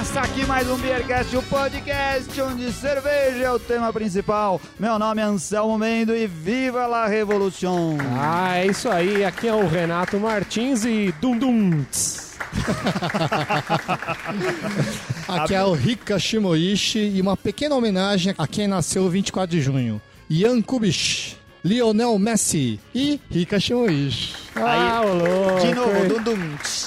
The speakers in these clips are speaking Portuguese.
Começa aqui mais um Beercast, o podcast onde cerveja é o tema principal. Meu nome é Anselmo Mendo e viva la revolução! Ah, é isso aí. Aqui é o Renato Martins e Dum. Aqui é o Rika Shimoishi e uma pequena homenagem a quem nasceu 24 de junho. Jan Kubish, Lionel Messi e Rika Shimoishi. Ah, ô louco. De novo, Dum.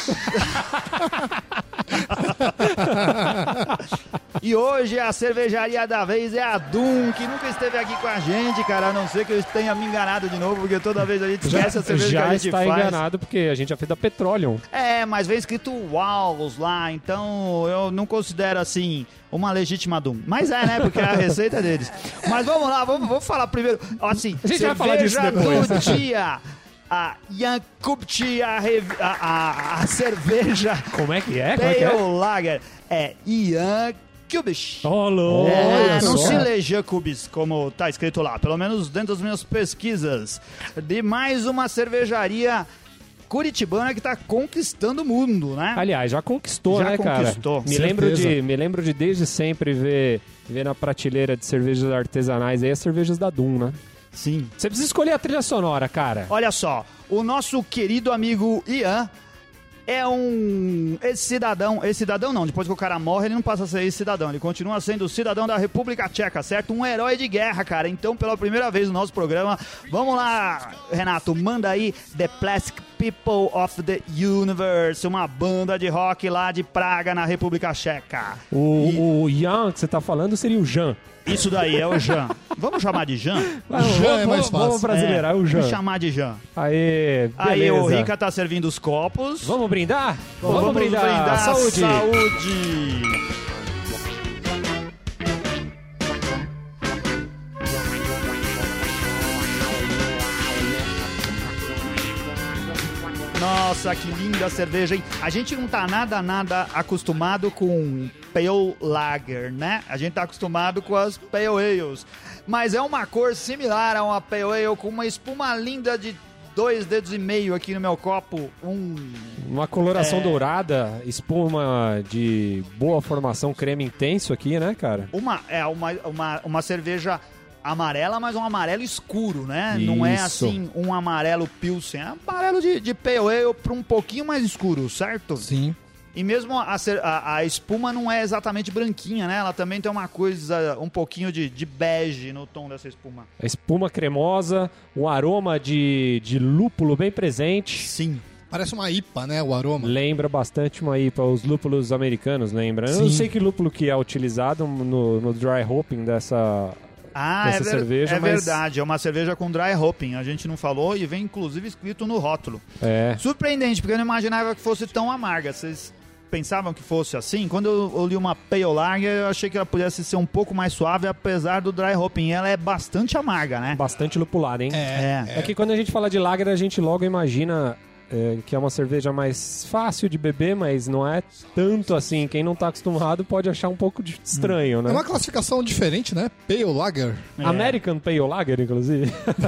E hoje a cervejaria da vez é a Dum, que nunca esteve aqui com a gente, cara, a não ser que eu tenha me enganado de novo, porque toda vez a gente esquece a cerveja que a gente está faz. enganado porque a gente já fez da Petroleum. É, mas vem escrito Walls lá, então eu não considero assim uma legítima Dum. Mas é, né, porque é a receita deles. Mas vamos lá, vamos falar primeiro, assim, a gente vai falar disso depois. Do dia. A Jan Kubish, a cerveja. Como é que é? Pale Lager é Jan Kubish. Ô, louco. Não se lê Jan Kubish, como tá escrito lá, pelo menos dentro das minhas pesquisas. De mais uma cervejaria curitibana que tá conquistando o mundo, né? Aliás, já conquistou, Já né, conquistou, cara? Me lembro de desde sempre ver na prateleira de cervejas artesanais aí as cervejas da Dum, né? Sim. Você precisa escolher a trilha sonora, cara. Olha só, o nosso querido amigo Ian é esse cidadão não, depois que o cara morre ele não passa a ser esse cidadão, ele continua sendo o cidadão da República Tcheca, certo? Um herói de guerra, cara. Então, pela primeira vez no nosso programa, vamos lá, Renato, manda aí The Plastic People of the Universe, uma banda de rock lá de Praga, na República Tcheca. O Jan que você tá falando seria o Jan. Isso daí é o Jan. Vamos chamar de Jan? Jan é mais fácil. Vamos brasileirar, é o Jan. Vamos chamar de Jan. Aê, beleza. Aí o Rika tá servindo os copos. Vamos brindar? Vamos brindar. Saúde! Saúde! Nossa, que linda cerveja, hein? A gente não tá nada acostumado com Pale Lager, né? A gente tá acostumado com as Pale Ales. Mas é uma cor similar a uma Pale Ale, com uma espuma linda de 2,5 dedos aqui no meu copo. Uma coloração dourada, espuma de boa formação, creme intenso aqui, né, cara? Uma cerveja amarela, mas um amarelo escuro, né? Isso. Não é assim um amarelo pilsen, é um amarelo de pale ale para um pouquinho mais escuro, certo? Sim. E mesmo a espuma não é exatamente branquinha, né? Ela também tem uma coisa, um pouquinho de bege no tom dessa espuma. A espuma cremosa, um aroma de lúpulo bem presente. Sim. Parece uma IPA, né, o aroma. Lembra bastante uma IPA, os lúpulos americanos, lembra? Eu não sei que lúpulo que é utilizado no dry hopping dessa cerveja, mas verdade, é uma cerveja com dry hopping, a gente não falou e vem inclusive escrito no rótulo. É. Surpreendente, porque eu não imaginava que fosse tão amarga. Vocês pensavam que fosse assim? Quando eu li uma Pale Lager, eu achei que ela pudesse ser um pouco mais suave, apesar do dry hopping. Ela é bastante amarga, né? Bastante lupulada, hein? É que quando a gente fala de lager, a gente logo imagina que é uma cerveja mais fácil de beber, mas não é tanto assim. Quem não tá acostumado pode achar um pouco estranho, né? É uma classificação diferente, né? Pale Lager. American Pale Lager, inclusive.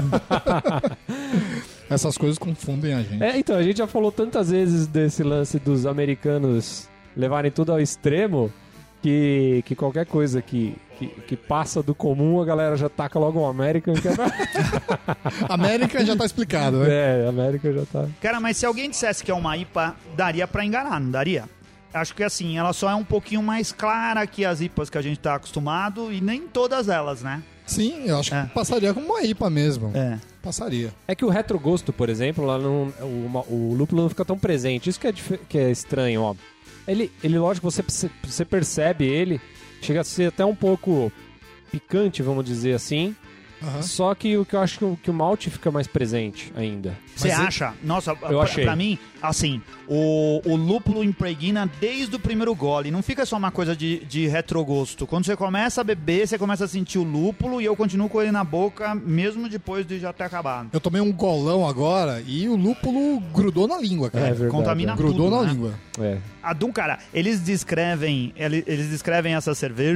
Essas coisas confundem a gente. Então, a gente já falou tantas vezes desse lance dos americanos levarem tudo ao extremo que qualquer coisa que passa do comum, a galera já taca logo um American. América já tá explicado, né? América já tá. Cara, mas se alguém dissesse que é uma IPA, daria pra enganar, não daria? Acho que assim, ela só é um pouquinho mais clara que as IPAs que a gente tá acostumado e nem todas elas, né? Sim, eu acho que passaria como uma IPA mesmo. Passaria. É que o retrogosto, por exemplo, lá o lúpulo não fica tão presente. Isso que é estranho, ó. Ele lógico, você percebe ele, chega a ser até um pouco picante, vamos dizer assim. Só que o que eu acho que o malte fica mais presente ainda. Você acha? Nossa, eu achei. Pra mim, assim, o lúpulo impregna desde o primeiro gole. Não fica só uma coisa de retrogosto. Quando você começa a beber, você começa a sentir o lúpulo e eu continuo com ele na boca, mesmo depois de já ter acabado. Eu tomei um golão agora e o lúpulo grudou na língua, cara. É verdade. Contamina grudou tudo, na né? língua. A Dum, cara, eles descrevem essa cerveja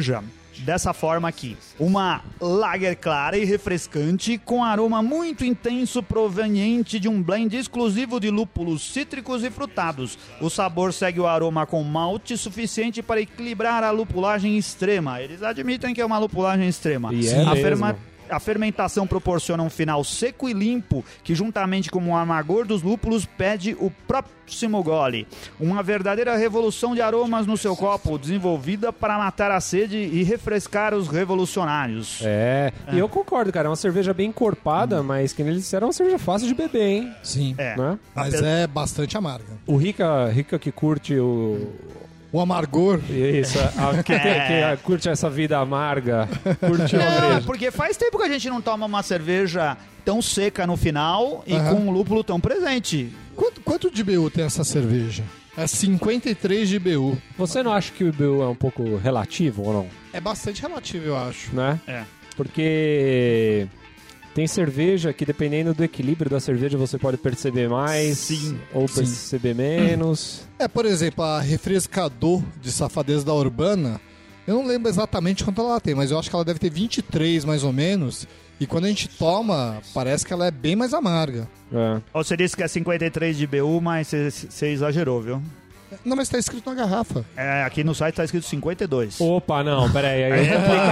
dessa forma aqui. Uma lager clara e refrescante com aroma muito intenso proveniente de um blend exclusivo de lúpulos cítricos e frutados. O sabor segue o aroma com malte suficiente para equilibrar a lupulagem extrema. Eles admitem que é uma lupulagem extrema. E é mesmo. A fermentação proporciona um final seco e limpo, que juntamente com o amargor dos lúpulos pede o próximo gole. Uma verdadeira revolução de aromas no seu copo, desenvolvida para matar a sede e refrescar os revolucionários. E eu concordo, cara. É uma cerveja bem encorpada, mas que eles disseram, é uma cerveja fácil de beber, hein? Sim. Né? Mas é bastante amarga. O Rica que curte O amargor. Isso, que curte essa vida amarga, curte uma Não, breja. porque faz tempo que a gente não toma uma cerveja tão seca no final e com um lúpulo tão presente. Quanto de BU tem essa cerveja? É 53 de BU. Você não acha que o IBU é um pouco relativo ou não? É bastante relativo, eu acho. Né? É. Porque tem cerveja que, dependendo do equilíbrio da cerveja, você pode perceber mais ou perceber menos. Por exemplo, a refrescador de Safadeza da Urbana, eu não lembro exatamente quanto ela tem, mas eu acho que ela deve ter 23 mais ou menos. E quando a gente toma, parece que ela é bem mais amarga. Você disse que é 53 de BU, mas você exagerou, viu? Não, mas tá escrito na garrafa. Aqui no site tá escrito 52. Opa, não, peraí. Aí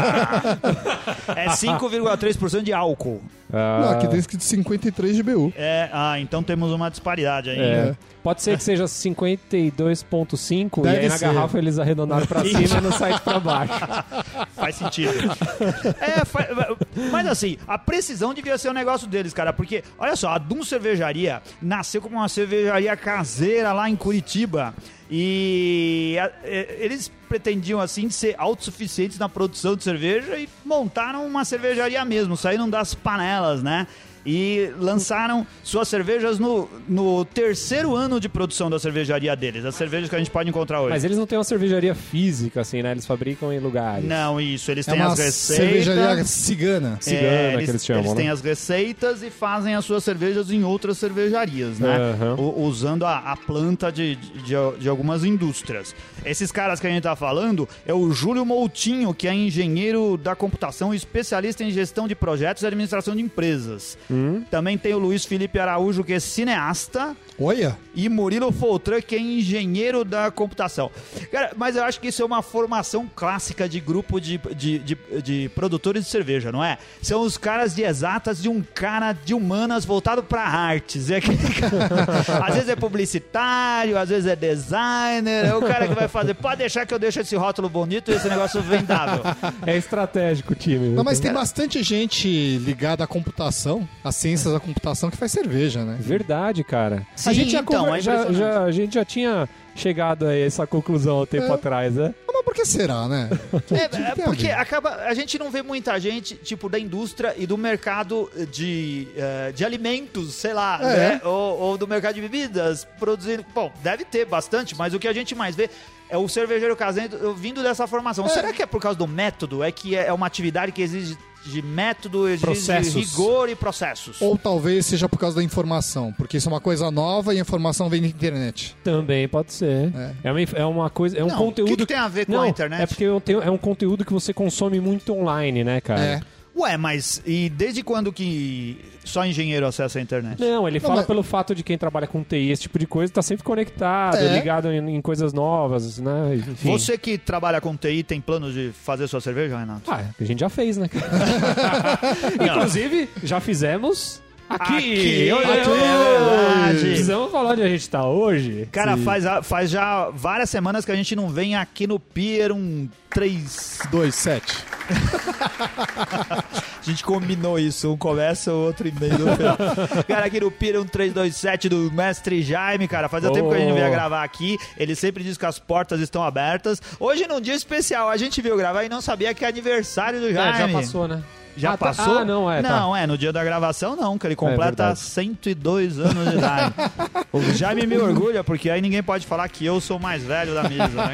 É 5,3% de álcool. Não, aqui tá escrito 53 de BU. Então temos uma disparidade aí. Pode ser que seja 52,5 e Deve aí na ser. garrafa eles arredondaram pra cima e no site pra baixo. Faz sentido. Mas assim, a precisão devia ser um negócio deles, cara. Porque, olha só, a Dum Cervejaria nasceu como uma cervejaria caseira lá em Curitiba. E eles pretendiam, assim, ser autossuficientes na produção de cerveja e montaram uma cervejaria mesmo, saíram das panelas, né? E lançaram suas cervejas no terceiro ano de produção da cervejaria deles, as cervejas que a gente pode encontrar hoje. Mas eles não têm uma cervejaria física, assim, né? Eles fabricam em lugares. Não, isso, eles têm uma as receitas. cervejaria cigana. Cigana, que eles chamam, Eles têm né? as receitas e fazem as suas cervejas em outras cervejarias, né? Usando a planta de algumas indústrias. Esses caras que a gente tá falando é o Júlio Moutinho, que é engenheiro da computação e especialista em gestão de projetos e administração de empresas. Também tem o Luiz Felipe Araújo, que é cineasta. Olha. E Murilo Foltran, que é engenheiro da computação. Cara, mas eu acho que isso é uma formação clássica de grupo de produtores de cerveja, não é? São os caras de exatas de um cara de humanas voltado para artes. Às vezes é publicitário, às vezes é designer. É o cara que vai fazer. Pode deixar que eu deixo esse rótulo bonito e esse negócio vendável. É estratégico o time. Não, mas tem bastante gente ligada à computação, às ciências da computação, que faz cerveja, né? Verdade, cara. Sim, a gente então, a gente já tinha chegado a essa conclusão há tempo atrás, né? Mas por que será, né? Porque a gente não vê muita gente, tipo, da indústria e do mercado de alimentos, sei lá, né? Ou do mercado de bebidas, produzindo... Bom, deve ter bastante, mas o que a gente mais vê é o cervejeiro caseiro vindo dessa formação. Será que é por causa do método? É que é uma atividade que exige de método, exige processos. rigor e processos? Ou talvez seja por causa da informação, porque isso é uma coisa nova e a informação vem da internet. Também pode ser. É uma coisa, é um Não, conteúdo... o que tem a ver com a internet? É porque é um conteúdo que você consome muito online, né, cara? Ué, mas e desde quando que só engenheiro acessa a internet? Não, ele fala pelo fato de quem trabalha com TI, esse tipo de coisa, tá sempre conectado, ligado em coisas novas, né? Enfim. Você que trabalha com TI tem planos de fazer sua cerveja, Renato? A gente já fez, né? Inclusive, já fizemos... Aqui, é verdade. Precisamos falar onde a gente tá hoje. Cara, faz já várias semanas que a gente não vem aqui no Pier 327. A gente combinou isso, um começa, o outro e-mail no final. Cara, aqui no Pier 327 do Mestre Jaime, cara, fazia tempo que a gente veio gravar aqui. Ele sempre diz que as portas estão abertas. Hoje, num dia especial, a gente veio gravar e não sabia que é aniversário do Jaime. Já passou, né? Já passou? Não, Não, no dia da gravação não, que ele completa 102 anos de idade. O Jaime me orgulha, porque aí ninguém pode falar que eu sou o mais velho da mesa, né?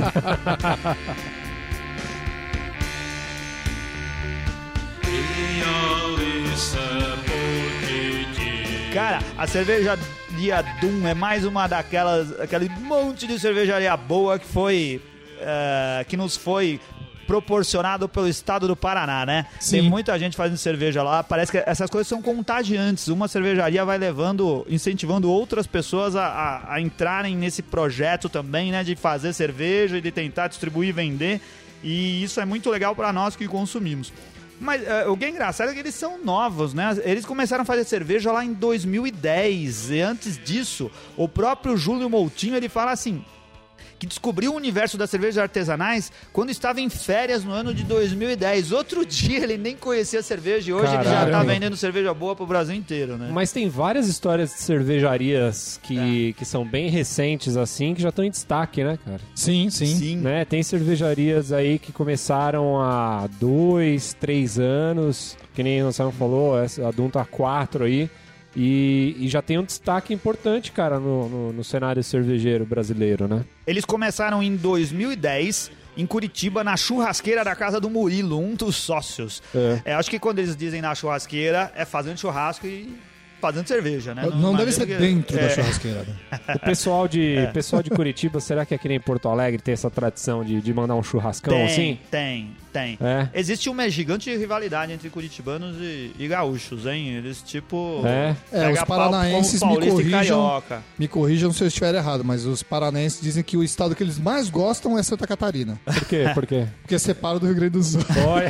Cara, a cervejaria Dum é mais uma aquele monte de cervejaria boa que foi... que nos foi proporcionado pelo estado do Paraná, né? Sim. Tem muita gente fazendo cerveja lá, parece que essas coisas são contagiantes. Uma cervejaria vai incentivando outras pessoas a entrarem nesse projeto também, né? De fazer cerveja e de tentar distribuir e vender. E isso é muito legal para nós que consumimos. Mas o que é engraçado é que eles são novos, né? Eles começaram a fazer cerveja lá em 2010. E antes disso, o próprio Júlio Moutinho, ele fala assim, que descobriu o universo das cervejas artesanais quando estava em férias no ano de 2010. Outro dia ele nem conhecia cerveja e hoje ele já tá vendendo cerveja boa pro Brasil inteiro, né? Mas tem várias histórias de cervejarias que são bem recentes, assim, que já estão em destaque, né, cara? Sim. Né? Tem cervejarias aí que começaram há 2, 3 anos, que nem o Sam falou, a Dum tá 4 aí. E já tem um destaque importante, cara, no cenário cervejeiro brasileiro, né? Eles começaram em 2010, em Curitiba, na churrasqueira da casa do Murilo, um dos sócios. Acho que quando eles dizem na churrasqueira, é fazendo churrasco e fazendo cerveja, né? Não deve ser dentro da churrasqueira. Né? O pessoal de Curitiba, será que é que nem Porto Alegre tem essa tradição de mandar um churrascão assim? Tem. É. Existe uma gigante rivalidade entre curitibanos e gaúchos, hein? Eles, tipo... os paranaenses me corrijam se eu estiver errado, mas os paranaenses dizem que o estado que eles mais gostam é Santa Catarina. Por quê? Porque separa do Rio Grande do Sul. Olha.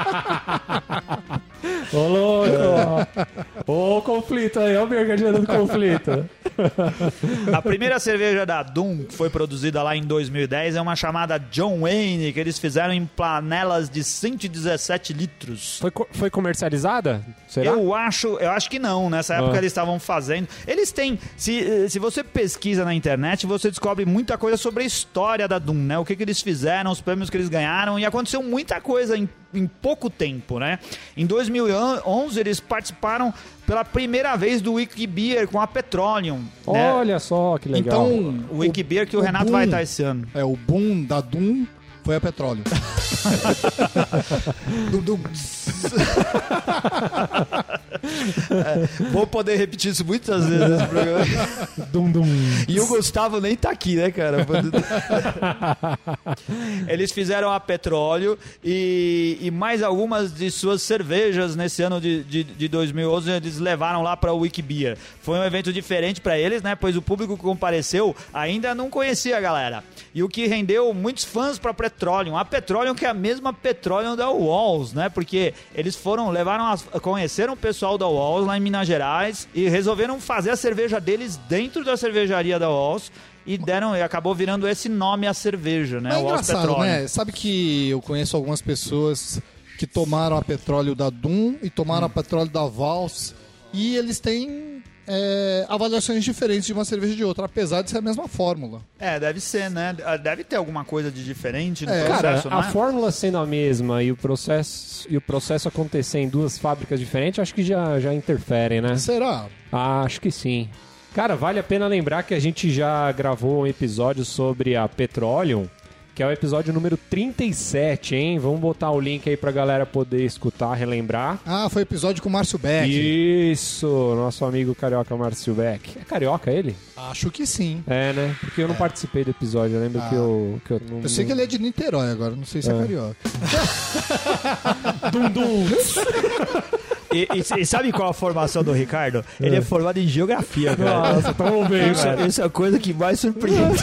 Ô, louco! Ô, conflito aí, ó o mercadeiro do conflito. A primeira cerveja da Dum, que foi produzida lá em 2010, é uma chamada John Wayne, que eles fizeram em panelas de 117 litros. Foi comercializada? Será? Eu acho que não. Nessa época eles estavam fazendo. Eles têm... Se você pesquisa na internet, você descobre muita coisa sobre a história da Dum, né? O que eles fizeram, os prêmios que eles ganharam, e aconteceu muita coisa em pouco tempo, né? Em 2011, eles participaram pela primeira vez do Wikibeer com a Petroleum. Olha, né? Só, que legal. Então, o Wikibeer que o Renato boom, vai estar esse ano. O boom da Dum foi a Petroleum. Vou poder repetir isso muitas vezes nesse programa. E o Gustavo nem tá aqui, né, cara? Eles fizeram a Petróleo e mais algumas de suas cervejas nesse ano de 2011 eles levaram lá para o Wikibeer. Foi um evento diferente para eles, né? Pois o público que compareceu ainda não conhecia a galera. E o que rendeu muitos fãs para a Petroleum. A Petroleum que é a mesma Petroleum da Walls, né? Porque eles conheceram o pessoal da Walls lá em Minas Gerais e resolveram fazer a cerveja deles dentro da cervejaria da Walls e acabou virando esse nome a cerveja, né? É engraçado, né? Sabe que eu conheço algumas pessoas que tomaram a Petróleo da Dum e tomaram a Petróleo da Walls e eles têm avaliações diferentes de uma cerveja de outra, apesar de ser a mesma fórmula. Deve ser, né? Deve ter alguma coisa de diferente no processo, cara, a fórmula sendo a mesma e o processo acontecer em duas fábricas diferentes, acho que já interferem, né? Será? Acho que sim. Cara, vale a pena lembrar que a gente já gravou um episódio sobre a Petroleum, que é o episódio número 37, hein? Vamos botar o link aí pra galera poder escutar, relembrar. Foi o episódio com o Márcio Beck. Isso, nosso amigo carioca Márcio Beck. É carioca ele? Acho que sim. Né? Porque eu não participei do episódio, eu lembro que eu não... Eu sei que ele é de Niterói agora, não sei se é carioca. E sabe qual a formação do Ricardo? Ele é formado em geografia, cara. Nossa, tamo bem, cara. Isso é a coisa que mais surpreende.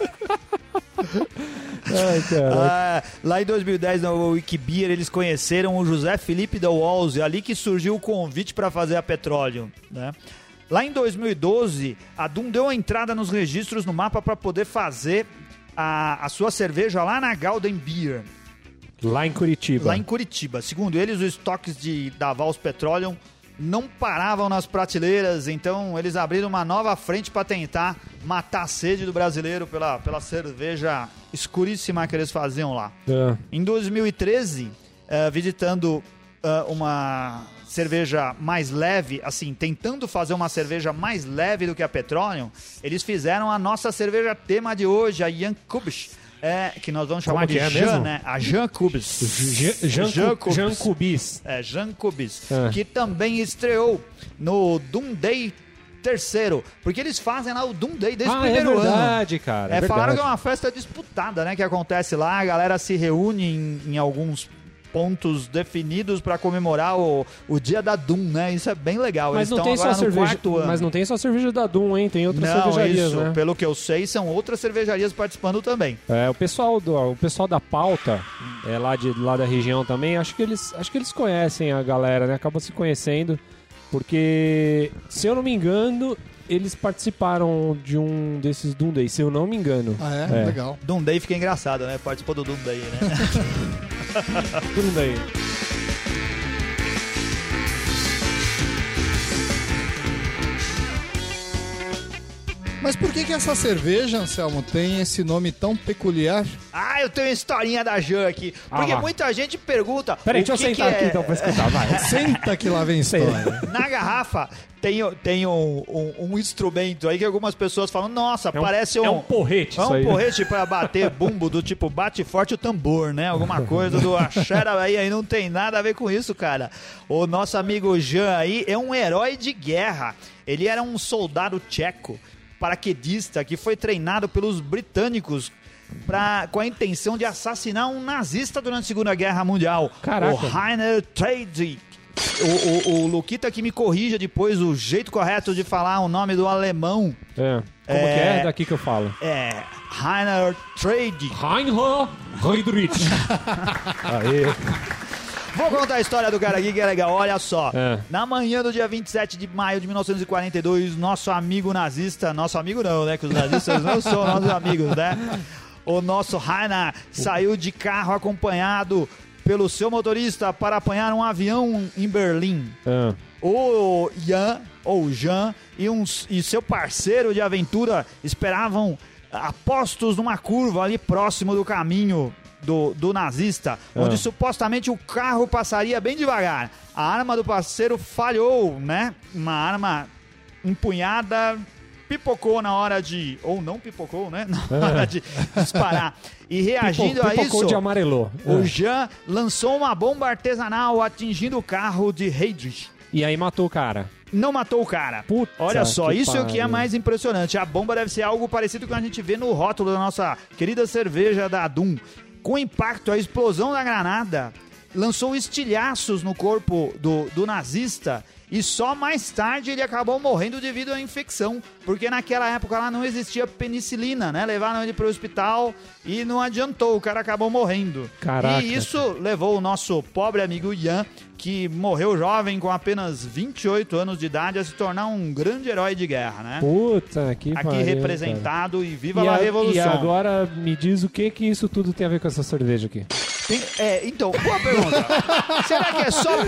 Lá em 2010, no Wikibeer, eles conheceram o José Felipe da Walls, e ali que surgiu o convite para fazer a Petroleum, né? Lá em 2012, a Dum deu a entrada nos registros no mapa para poder fazer a sua cerveja lá na Golden Beer. Lá em Curitiba. Segundo eles, os estoques da Walls Petroleum não paravam nas prateleiras, então eles abriram uma nova frente para tentar matar a sede do brasileiro pela cerveja escuríssima que eles faziam lá. Em 2013, visitando uma cerveja mais leve, assim, tentando fazer uma cerveja mais leve do que a Petroleum, eles fizeram a nossa cerveja tema de hoje, a Jan Kubis, que nós vamos chamar de Jan, né? A Jan Kubis. Jan Kubis. Jan Kubis, que também estreou no Dum Day terceiro, porque eles fazem lá o Doom Day desde o primeiro ano. É verdade, cara. Falaram que é uma festa disputada, né, que acontece lá, a galera se reúne em alguns pontos definidos pra comemorar o dia da Doom, né? Isso é bem legal. Mas Eles não tem estão só agora no cerveja, quarto ano. mas não tem só cerveja da Doom, hein? Tem outras Não, cervejarias, isso, né? pelo que eu sei, são outras cervejarias participando também. O pessoal da pauta, lá da região também, acho que eles conhecem a galera, né? Acabam se conhecendo, porque, se eu não me engano, eles participaram de um desses Doom Day, se eu não me engano. Ah, é? Legal. Doom Day fica engraçado, né? Participou do Doom Day, né? Doom Day. Mas por que essa cerveja, Anselmo, tem esse nome tão peculiar? Ah, eu tenho uma historinha da Jan aqui. Porque lá. muita gente pergunta... Peraí, deixa eu sentar aqui então pra escutar, vai. Senta que lá vem história. Na garrafa tem um instrumento aí que algumas pessoas falam, nossa, parece um... É um porrete É isso um aí. porrete pra bater bumbo do tipo bate forte o tambor, né? Alguma coisa do axera aí não tem nada a ver com isso, cara. O nosso amigo Jan aí é um herói de guerra. Ele era um soldado tcheco, paraquedista, que foi treinado pelos britânicos com a intenção de assassinar um nazista durante a Segunda Guerra Mundial. Caraca. O Rainer Treidrich. O Luquita que me corrija depois o jeito correto de falar o nome do alemão. Como que é? Daqui que eu falo. É Rainer Treidrich. Heinrich Friedrich. Aê. Vou contar a história do cara aqui que é legal, olha só. Na manhã do dia 27 de maio de 1942, nosso amigo nazista, nosso amigo não, né, que os nazistas não são nossos amigos, né? O nosso Rainer saiu de carro acompanhado pelo seu motorista para apanhar um avião em Berlim. O Jean e seu parceiro de aventura esperavam apostos numa curva ali próximo do caminho do nazista, onde supostamente o carro passaria bem devagar. A arma do parceiro falhou, né? Uma arma empunhada pipocou na hora de... Ou não pipocou, né? Na hora de disparar. E reagindo a isso, de amarelou. O Jean lançou uma bomba artesanal atingindo o carro de Heydrich. E aí matou o cara. Não matou o cara. Puta, olha só, que isso é o que é mais impressionante. A bomba deve ser algo parecido com a gente vê no rótulo da nossa querida cerveja da Doom. Com o impacto, a explosão da granada lançou estilhaços no corpo do nazista e só mais tarde ele acabou morrendo devido à infecção, porque naquela época lá não existia penicilina, né? Levaram ele para o hospital e não adiantou, o cara acabou morrendo. Caraca. E isso levou o nosso pobre amigo Ian, que morreu jovem com apenas 28 anos de idade, a se tornar um grande herói de guerra, né? Puta, que Aqui pariu, representado cara. e viva a revolução. E agora me diz o que isso tudo tem a ver com essa cerveja aqui. Então, boa pergunta. Será que é só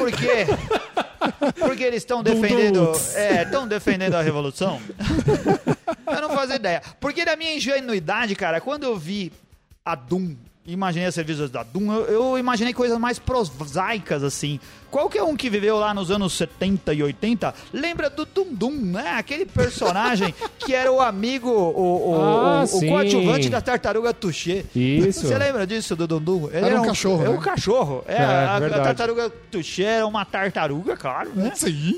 porque eles estão defendendo a revolução? Eu não faço ideia. Porque da minha ingenuidade, cara, quando eu vi a Doom, imaginei as cervejas da Doom, eu imaginei coisas mais prosaicas, assim. Qualquer um que viveu lá nos anos 70 e 80 lembra do Dum Dum, né? Aquele personagem que era o amigo, o coadjuvante da tartaruga Touché. Isso. Você lembra disso, do Dum Dum? Ele era um cachorro, né? né? Um cachorro. A tartaruga Touché era uma tartaruga, claro, né? Sim.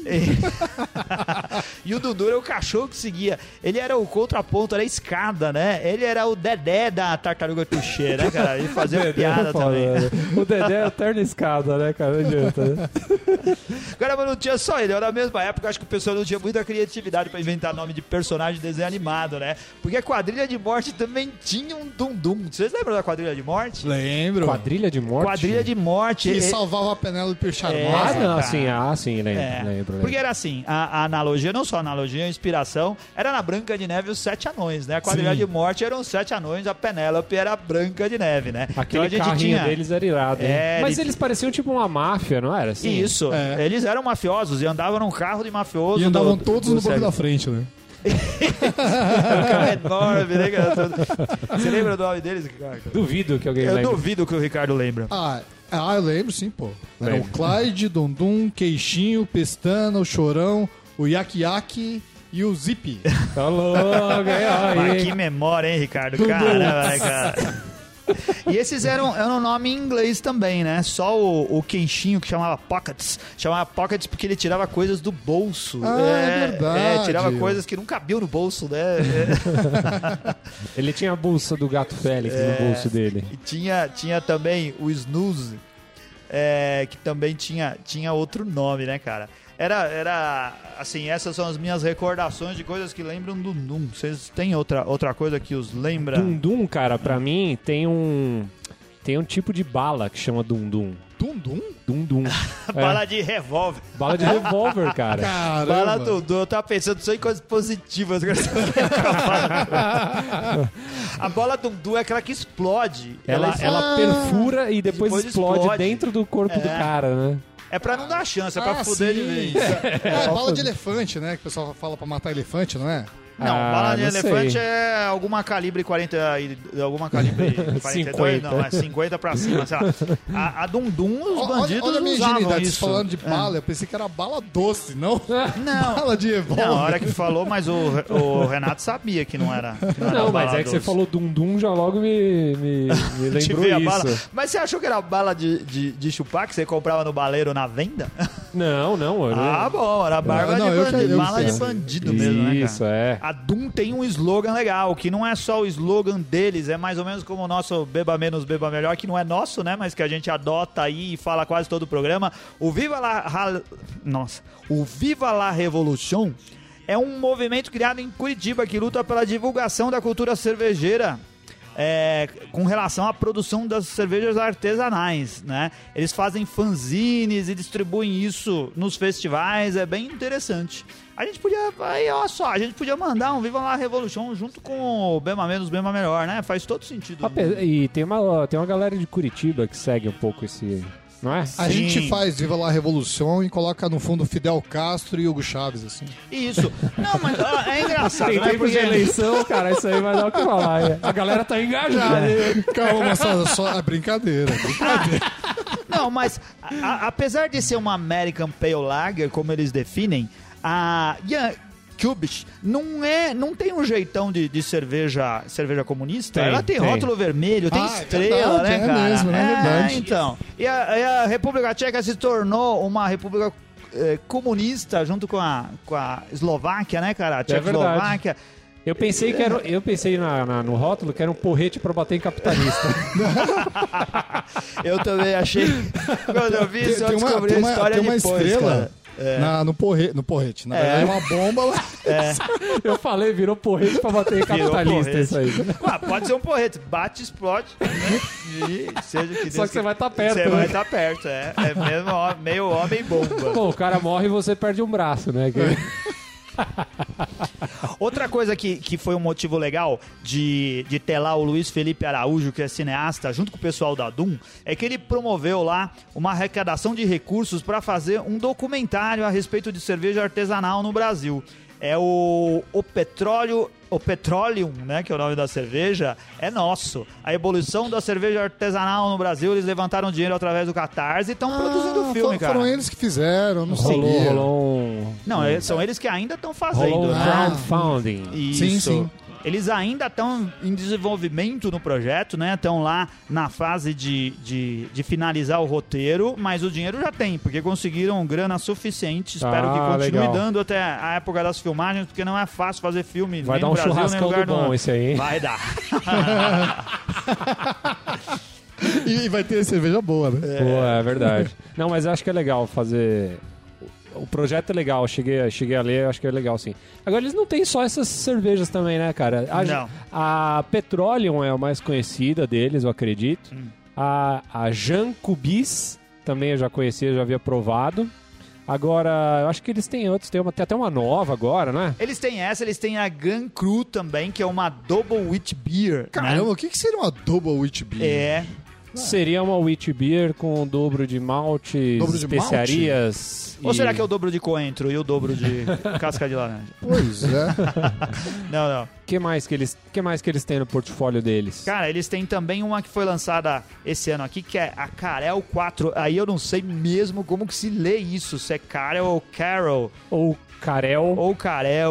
E o Dudu era o cachorro que seguia. Ele era o contraponto, era a escada, né? Ele era o Dedé da tartaruga Touché, né, cara? Ele fazia piada também. Né? O Dedé é a terna escada, né, cara? Não adianta, né? Agora, mas não tinha só ele. Na mesma época, acho que o pessoal não tinha muita criatividade pra inventar nome de personagem de desenho animado, né? Porque a Quadrilha de Morte também tinha um Dum Dum. Vocês lembram da Quadrilha de Morte? Lembro. Quadrilha de Morte? Quadrilha de Morte. Que salvava a Penélope Charmosa. Sim, lembro. Porque era assim, a analogia, não só a analogia, a inspiração, era na Branca de Neve os 7 anões, né? A Quadrilha de Morte eram os 7 anões, a Penélope era a Branca de Neve, né? Aquele então, carrinho deles era irado, hein? Mas eles pareciam tipo uma máfia, não era? Assim? Isso. Eles eram mafiosos e andavam num carro de mafioso. E andavam todos no banco da frente, né? O cara é enorme, né, cara? Você lembra do nome deles, Ricardo? Duvido que alguém lembre. Eu duvido que o Ricardo lembra. Eu lembro sim, pô. Era Lembro. o Clyde, Dundum, Queixinho, Pestana, o Chorão, o Yaki Yaki e o Zip. Tá louco, Mas que memória, hein, Ricardo? Caramba, né, cara? E esses eram um nome em inglês também, né? Só o queixinho que chamava Pockets. Chamava Pockets porque ele tirava coisas do bolso. É verdade. Tirava coisas que não cabiam no bolso, né? Ele tinha a bolsa do Gato Félix no bolso dele. E tinha também o Snooze, que também tinha outro nome, né, cara? Era assim, essas são as minhas recordações de coisas que lembram do Dundum. Vocês têm outra coisa que os lembra? Dundum, cara, pra mim tem um tipo de bala que chama Dundum. Dundum? Dundum. Bala de revólver. Bala de revólver, cara. Caramba. Bala Dundum, eu tava pensando só em coisas positivas. A bola Dundum é aquela que explode. Ela perfura e depois explode dentro do corpo do cara, né? É pra não dar chance, é pra fuder de vez. É bala de elefante, né? Que o pessoal fala pra matar elefante, não é? Não, bala de não elefante sei. é alguma calibre 40 e alguma calibre 42, 50. não, é 50 pra cima, sei lá. A Dundum, os bandidos olha a minha usavam ingenuidade, isso. falando de bala, eu pensei que era bala doce, não Não. bala de revólver. Não, a hora que falou, mas o Renato sabia que não era. Não, mas bala é que você doce. falou Dundum, já logo me Te lembrou veio a isso. bala. Mas você achou que era bala de chupar que você comprava no baleiro na venda? Não. Ah, bom, era barba Não, de eu bandido, sei. bala de bandido mesmo, né, cara? Isso, é. A Dum tem um slogan legal, que não é só o slogan deles, é mais ou menos como o nosso Beba Menos, Beba Melhor, que não é nosso, né, mas que a gente adota aí e fala quase todo o programa. O Viva la Revolution é um movimento criado em Curitiba que luta pela divulgação da cultura cervejeira. Com relação à produção das cervejas artesanais, né? Eles fazem fanzines e distribuem isso nos festivais, é bem interessante. A gente podia, aí olha só, a gente podia mandar um Viva la Revolution junto com o Bema Menos, Bema Melhor, né? Faz todo sentido. E tem uma galera de Curitiba que segue um pouco esse... Não é? A gente faz Viva la Revolução e coloca no fundo Fidel Castro e Hugo Chaves, assim. Isso. Não, mas é engraçado, Tem né? tempo de eleição, cara, isso aí vai dar o que falar. A galera tá engajada. Calma, moçada, só é brincadeira. Não, mas apesar de ser uma American Pale Lager, como eles definem, a Kubich não tem um jeitão de cerveja comunista. Ela tem rótulo vermelho, tem estrela, verdade, né, cara? Mesmo, é verdade. Então. E a República Tcheca se tornou uma república comunista junto com a Eslováquia, né, cara? A Tchecoslováquia. Eu pensei no rótulo que era um porrete pra bater em capitalista. Eu também achei. Quando eu vi isso, eu descobri a história tem uma depois, estrela cara. no porrete. Na verdade, é uma bomba lá. Eu falei, virou porrete pra bater em capitalista isso aí. Pode ser um porrete. Bate, explode. Né? E seja que Só que você vai estar perto. Você né? vai estar perto, é mesmo meio homem-bomba. Bom, o cara morre e você perde um braço, né? Outra coisa que foi um motivo legal de ter lá o Luiz Felipe Araújo, que é cineasta, junto com o pessoal da Dum, é que ele promoveu lá uma arrecadação de recursos para fazer um documentário a respeito de cerveja artesanal no Brasil. É o Petroleum, né, que é o nome da cerveja, é nosso. A evolução da cerveja artesanal no Brasil, eles levantaram dinheiro através do Catarse e estão produzindo o filme, cara. Foram eles que fizeram, não sei. Rolou um... Não, são eles que ainda estão fazendo, Rolou um né? crowdfunding. Isso. Sim. Eles ainda estão em desenvolvimento no projeto, né? Estão lá na fase de finalizar o roteiro, mas o dinheiro já tem, porque conseguiram grana suficiente. Espero que continue legal. dando até a época das filmagens, porque não é fácil fazer filme Vai nem dar no um Brasil, nem no churrascão lugar do bom esse aí, hein? Vai dar. E vai ter cerveja boa, né? Pô, é verdade. Não, mas eu acho que é legal fazer... O projeto é legal, cheguei a ler, acho que é legal, sim. Agora, eles não têm só essas cervejas também, né, cara? Não. A Petroleum é a mais conhecida deles, eu acredito. A Jancubis também eu já conhecia, já havia provado. Agora, eu acho que eles têm outros, tem até uma nova agora, né? Eles têm a Gun Cru também, que é uma Double Wheat Beer. Caramba, né? o que seria uma Double Wheat Beer? Seria uma wheat beer com o dobro de maltes, Dobro de especiarias. Ou será que é o dobro de coentro e o dobro de casca de laranja? Pois é. Não. O que mais que eles têm no portfólio deles? Cara, eles têm também uma que foi lançada esse ano aqui, que é a Carel 4. Aí eu não sei mesmo como que se lê isso, se é Carel ou Carol. Ou Carel. Ou Carel.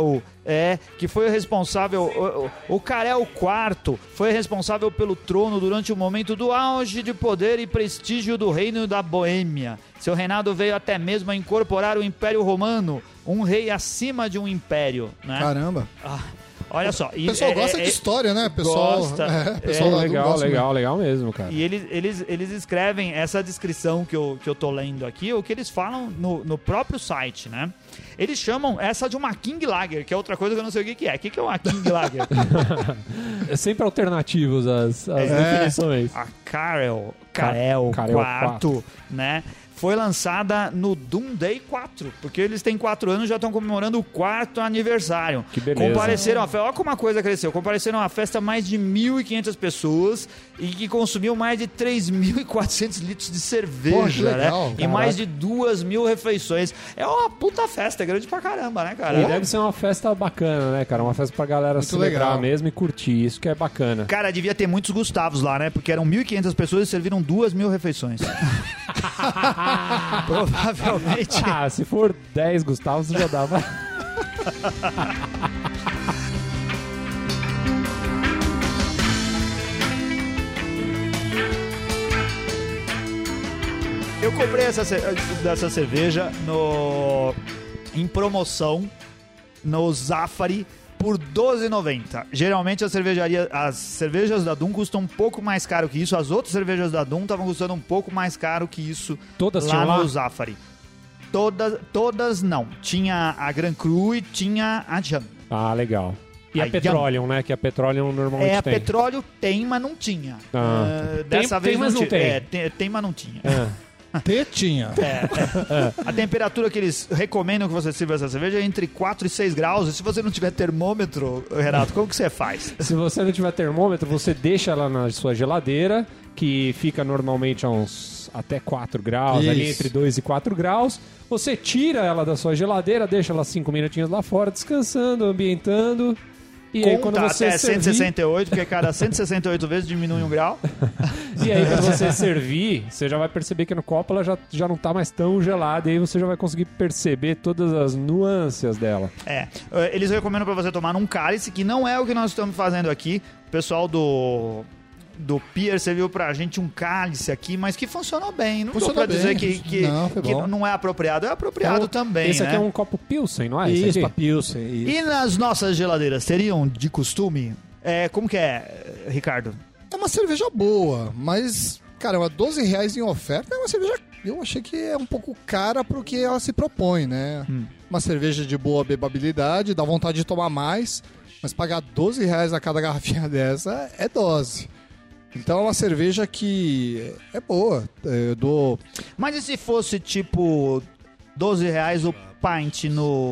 que foi o responsável... O Karel IV foi responsável pelo trono durante o momento do auge de poder e prestígio do reino da Boêmia. Seu reinado veio até mesmo a incorporar o Império Romano, um rei acima de um império, né? Caramba. Olha só. O pessoal gosta de história, né? Pessoal, gosta. Pessoal Legal mesmo, cara. E eles escrevem essa descrição que eu tô lendo aqui, o que eles falam no próprio site, né? Eles chamam essa de uma King Lager, que é outra coisa que eu não sei o que é. O que é uma King Lager? É sempre alternativos as definições. A Karel IV, IV, né? Foi lançada no Doomsday 4, porque eles têm 4 anos e já estão comemorando o 4º aniversário. Que beleza. Compareceram olha como a coisa cresceu. Compareceram a festa mais de 1.500 pessoas e que consumiu mais de 3.400 litros de cerveja, Pô, que legal, né? E mais de 2.000 refeições. É uma puta festa, é grande pra caramba, né, cara? E deve ser uma festa bacana, né, cara? Uma festa pra galera muito celebrar legal mesmo e curtir. Isso que é bacana. Cara, devia ter muitos Gustavos lá, né? Porque eram 1.500 pessoas e serviram 2.000 refeições. Provavelmente. Se for 10 Gustavos, já dava. Eu comprei dessa cerveja em promoção no Zafari por R$12,90. Geralmente as cervejas da Dum custam um pouco mais caro que isso. As outras cervejas da Dum estavam custando um pouco mais caro que isso. Todas lá tinham no lá? Zafari. Todas não. Tinha a Grand Cru e tinha a Jam. Ah, legal. E a A Petroleum, né? Que a Petroleum normalmente A tem. Petróleo tem, mas não tinha. Tem, Dessa vez mas não tem. Tem, mas não tinha. Tetinha. A temperatura que eles recomendam que você sirva essa cerveja é entre 4 e 6 graus. E se você não tiver termômetro, Renato, como que você faz? Se você não tiver termômetro, você deixa ela na sua geladeira, que fica normalmente a uns até 4 graus, Isso. ali entre 2 e 4 graus. Você tira ela da sua geladeira, deixa ela 5 minutinhos lá fora, descansando, ambientando. E aí, quando Conta você até servir... 168, porque cada 168 vezes diminui 1 grau. E aí, quando você servir, você já vai perceber que no copo ela já não tá mais tão gelada. E aí você já vai conseguir perceber todas as nuances dela. Eles recomendam pra você tomar num cálice, que não é o que nós estamos fazendo aqui. O pessoal do Pier serviu pra gente um cálice aqui, mas que funcionou bem. Não Funcionou dá pra dizer bem. que Bom. não é apropriado. É apropriado também, Esse né? aqui é um copo Pilsen, não é? Isso, Esse pra aqui? Pilsen. Isso. E nas nossas geladeiras, teriam de costume? Como que é, Ricardo? É uma cerveja boa, mas, cara, R$12 em oferta é uma cerveja... Eu achei que é um pouco cara pro que ela se propõe, né? Uma cerveja de boa bebabilidade, dá vontade de tomar mais, mas pagar R$12 a cada garrafinha dessa é dose. Então é uma cerveja que é boa. Eu dou... Mas e se fosse tipo R$12 o pint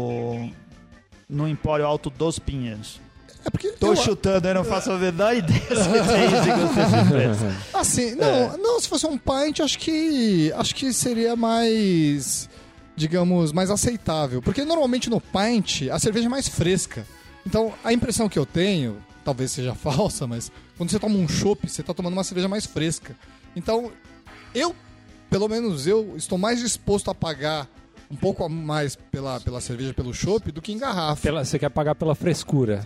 no Empório Alto dos Pinheiros? É porque Tô chutando, eu não faço a menor ideia se tem esse custo de preço. assim, não, se fosse um pint, acho que seria mais, digamos, mais aceitável. Porque normalmente no pint a cerveja é mais fresca. Então a impressão que eu tenho, talvez seja falsa, mas quando você toma um chopp, você tá tomando uma cerveja mais fresca. Então pelo menos eu, estou mais disposto a pagar um pouco a mais pela cerveja, pelo chopp, do que em garrafa. Você quer pagar pela frescura.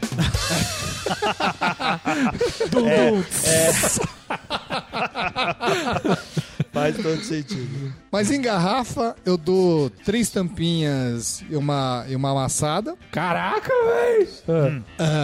Faz todo sentido. Mas em garrafa, eu dou 3 tampinhas e uma amassada. Caraca, velho!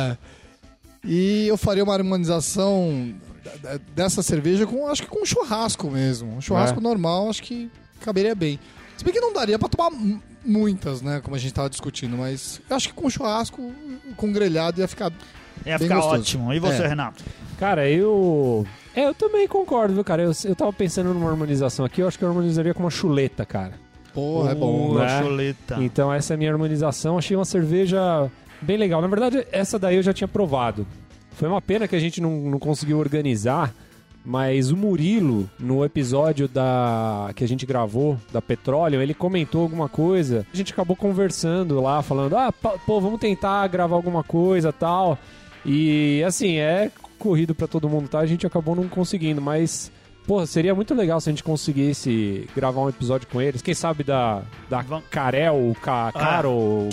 E eu faria uma harmonização dessa cerveja acho que com um churrasco mesmo. Um churrasco normal, acho que caberia bem. Se bem que não daria pra tomar muitas, né? Como a gente tava discutindo, mas eu acho que com churrasco, com grelhado, ia ficar Ia bem ficar gostoso. ótimo. E você, Renato? Cara, eu também concordo, viu, cara? Eu tava pensando numa harmonização aqui, eu acho que eu harmonizaria com uma chuleta, cara. Porra, é bom. né? Chuleta. Então essa é a minha harmonização. Achei uma cerveja bem legal. Na verdade, essa daí eu já tinha provado. Foi uma pena que a gente não conseguiu organizar, mas o Murilo, no episódio que a gente gravou, da Petroleum, ele comentou alguma coisa. A gente acabou conversando lá, falando, vamos tentar gravar alguma coisa e tal. E, assim, é corrido pra todo mundo, tá? A gente acabou não conseguindo, mas Porra, seria muito legal se a gente conseguisse gravar um episódio com eles. Quem sabe da Carol, Carol...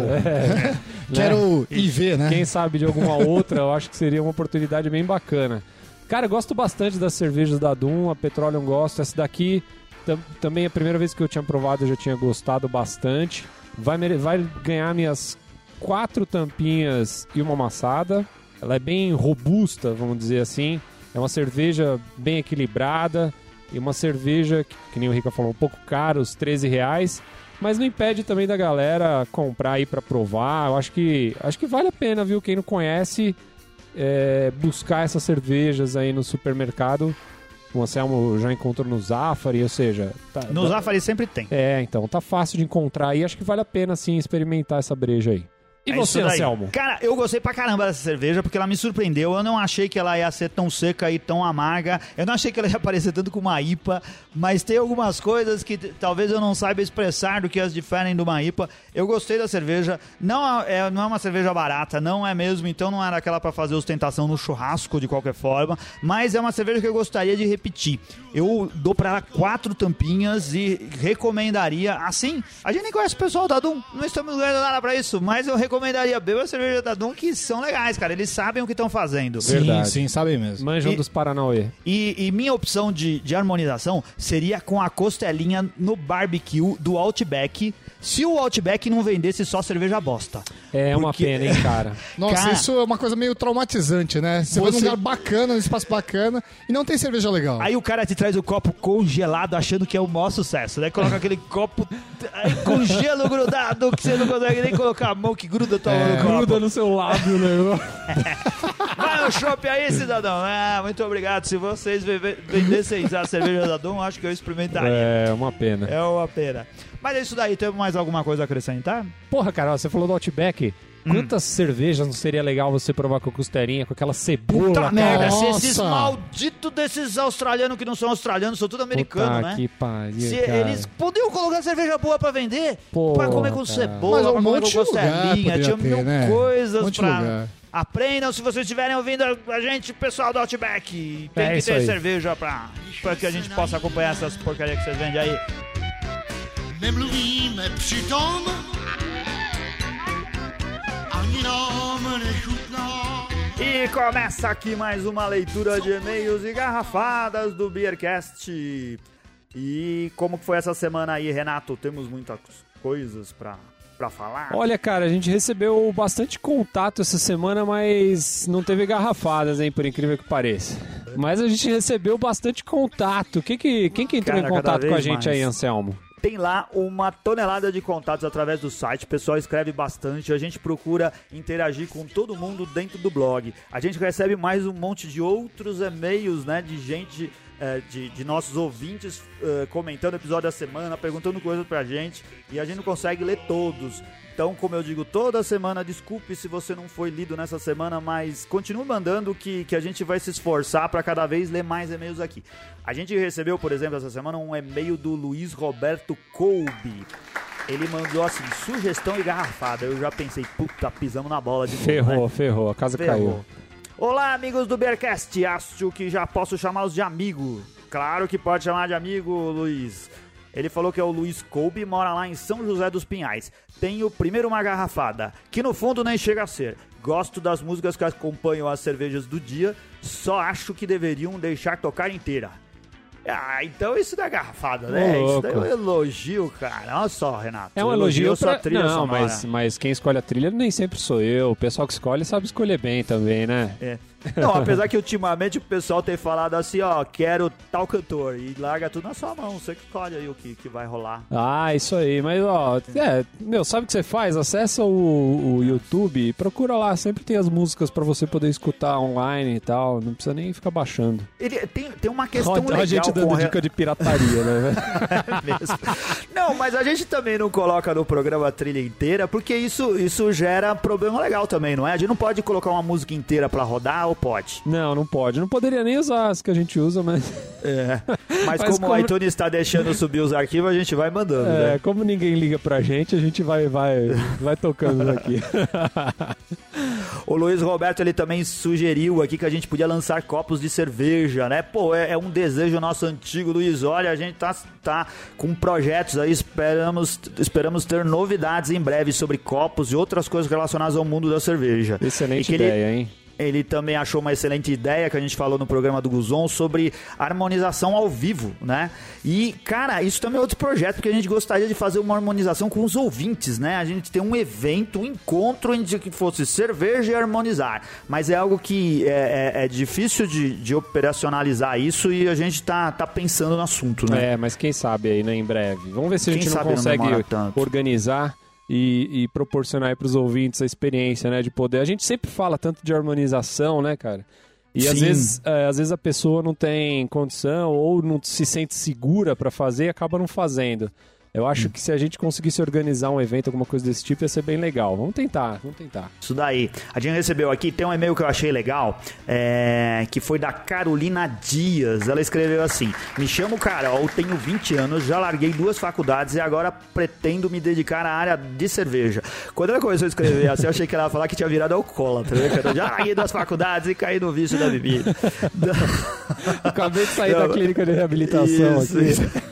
Quero IV, né? Quem sabe de alguma outra, eu acho que seria uma oportunidade bem bacana. Cara, eu gosto bastante das cervejas da Dum, a Petroleum gosto. Essa daqui, também a primeira vez que eu tinha provado, eu já tinha gostado bastante. Vai ganhar minhas 4 tampinhas e uma amassada. Ela é bem robusta, vamos dizer assim. É uma cerveja bem equilibrada e uma cerveja, que nem o Rica falou, um pouco cara, os R$13, mas não impede também da galera comprar aí pra provar. Eu acho que vale a pena, viu? Quem não conhece, buscar essas cervejas aí no supermercado. O Anselmo já encontrou no Zafari, ou seja... No Zafari sempre tem. Então, tá fácil de encontrar e acho que vale a pena, sim, experimentar essa breja aí. E você, Anselmo? Cara, eu gostei pra caramba dessa cerveja, porque ela me surpreendeu. Eu não achei que ela ia ser tão seca e tão amarga. Eu não achei que ela ia parecer tanto com uma IPA, mas tem algumas coisas que talvez eu não saiba expressar do que as diferem de uma IPA. Eu gostei da cerveja. Não é uma cerveja barata, não é mesmo, então não era aquela pra fazer ostentação no churrasco de qualquer forma, mas é uma cerveja que eu gostaria de repetir. Eu dou pra ela 4 tampinhas e recomendaria, assim, a gente nem conhece o pessoal da Dum, não estamos ganhando nada pra isso, mas eu recomendaria beber a cerveja da Dum, que são legais, cara. Eles sabem o que estão fazendo. Sim, sabem mesmo. Manjam dos Paranauê. E minha opção de harmonização seria com a costelinha no barbecue do Outback, se o Outback não vendesse só cerveja bosta. É uma pena, hein, cara. Nossa, cara, isso é uma coisa meio traumatizante, né? Você vai num lugar bacana, num espaço bacana, e não tem cerveja legal. Aí o cara te traz o copo congelado achando que é o maior sucesso, né? Coloca aquele copo com gelo grudado que você não consegue nem colocar a mão que gruda tua mão no copo. Gruda no seu lábio, né? Vai no shopping aí, cidadão. Muito obrigado. Se vocês vendessem a cerveja da Dum, acho que eu experimentaria. É uma pena. É uma pena. Mas é isso daí. Tem mais alguma coisa a acrescentar? Porra, cara, você falou do Outback. Quantas cervejas não seria legal você provar com a costelinha, com aquela cebola? Puta merda, se Nossa. esses malditos desses australianos que não são australianos, são tudo americanos, né? Que pariu, Se cara. eles podiam colocar cerveja boa pra vender, Porra, pra comer com cara. cebola, Mas pra um comer monte com de lugar costelinha, poderia tinha ter, mil né? coisas Monte de pra... lugar. Aprendam se vocês estiverem ouvindo a gente, pessoal do Outback. Tem que isso ter aí. cerveja pra que a gente possa acompanhar essas porcarias que vocês vendem aí. Même Louis m'est przytomny, ani nam nechutná. E começa aqui mais uma leitura de e-mails e garrafadas do Beercast. E como que foi essa semana aí, Renato? Temos muitas coisas pra falar? Olha, cara, a gente recebeu bastante contato essa semana, mas não teve garrafadas, hein, por incrível que pareça. Mas a gente recebeu bastante contato. Quem que entrou Cara, em contato cada com a vez gente mais. aí, Anselmo? Tem lá uma tonelada de contatos através do site, o pessoal escreve bastante, a gente procura interagir com todo mundo dentro do blog. A gente recebe mais um monte de outros e-mails, né, de gente, de nossos ouvintes comentando o episódio da semana, perguntando coisas pra gente, e a gente não consegue ler todos. Então, como eu digo toda semana, desculpe se você não foi lido nessa semana, mas continue mandando que a gente vai se esforçar para cada vez ler mais e-mails aqui. A gente recebeu, por exemplo, essa semana um e-mail do Luiz Roberto Colby. Ele mandou assim, sugestão de garrafada. Eu já pensei, puta, pisamos na bola de novo, né? Ferrou, a casa caiu. Olá, amigos do Beercast. Acho que já posso chamá-los de amigo. Claro que pode chamar de amigo, Luiz. Ele falou que é o Luiz Colby, mora lá em São José dos Pinhais. Tenho primeiro uma garrafada, que no fundo nem chega a ser. Gosto das músicas que acompanham as cervejas do dia, só acho que deveriam deixar tocar inteira. Ah, então isso da garrafada, né? Isso daí é um elogio, cara. Olha só, Renato. É um elogio sua pra... trilha Não, sonora. mas quem escolhe a trilha nem sempre sou eu. O pessoal que escolhe sabe escolher bem também, né? É. Não, apesar que ultimamente o pessoal tem falado assim, ó, quero tal cantor, e larga tudo na sua mão, você que escolhe aí o que vai rolar. Ah, isso aí, mas ó, sabe o que você faz? Acessa o YouTube e procura lá, sempre tem as músicas pra você poder escutar online e tal, não precisa nem ficar baixando. Ele tem uma questão Ó, legal a gente dando com dica de pirataria, né? mesmo. Não, mas a gente também não coloca no programa a trilha inteira, porque isso gera problema legal também, não é? A gente não pode colocar uma música inteira pra rodar ou pode? Não pode. Não poderia nem usar as que a gente usa, mas... Mas como o iTunes está deixando subir os arquivos, a gente vai mandando, né? Como ninguém liga pra gente, a gente vai tocando aqui. O Luiz Roberto, ele também sugeriu aqui que a gente podia lançar copos de cerveja, né? Pô, é um desejo nosso antigo, Luiz. Olha, a gente tá com projetos aí, esperamos ter novidades em breve sobre copos e outras coisas relacionadas ao mundo da cerveja. Excelente ideia, hein? Ele também achou uma excelente ideia que a gente falou no programa do Guzon sobre harmonização ao vivo, né? E, cara, isso também é outro projeto, porque a gente gostaria de fazer uma harmonização com os ouvintes, né? A gente tem um evento, um encontro em que fosse cerveja e harmonizar. Mas é algo que é difícil de operacionalizar isso e a gente tá pensando no assunto, né? Mas quem sabe aí, né, em breve. Vamos ver se a gente não consegue organizar e proporcionar para os ouvintes a experiência, né, de poder. A gente sempre fala tanto de harmonização, né, cara? E às vezes a pessoa não tem condição ou não se sente segura para fazer e acaba não fazendo. Eu acho que se a gente conseguisse organizar um evento, alguma coisa desse tipo, ia ser bem legal. Vamos tentar. Isso daí. A gente recebeu aqui, tem um e-mail que eu achei legal, que foi da Carolina Dias. Ela escreveu assim: me chamo Carol, tenho 20 anos, já larguei 2 faculdades e agora pretendo me dedicar à área de cerveja. Quando ela começou a escrever assim, eu achei que ela ia falar que tinha virado alcoólatra. Eu já larguei 2 faculdades e caí no vício da bebida. Acabei de sair da clínica de reabilitação aqui.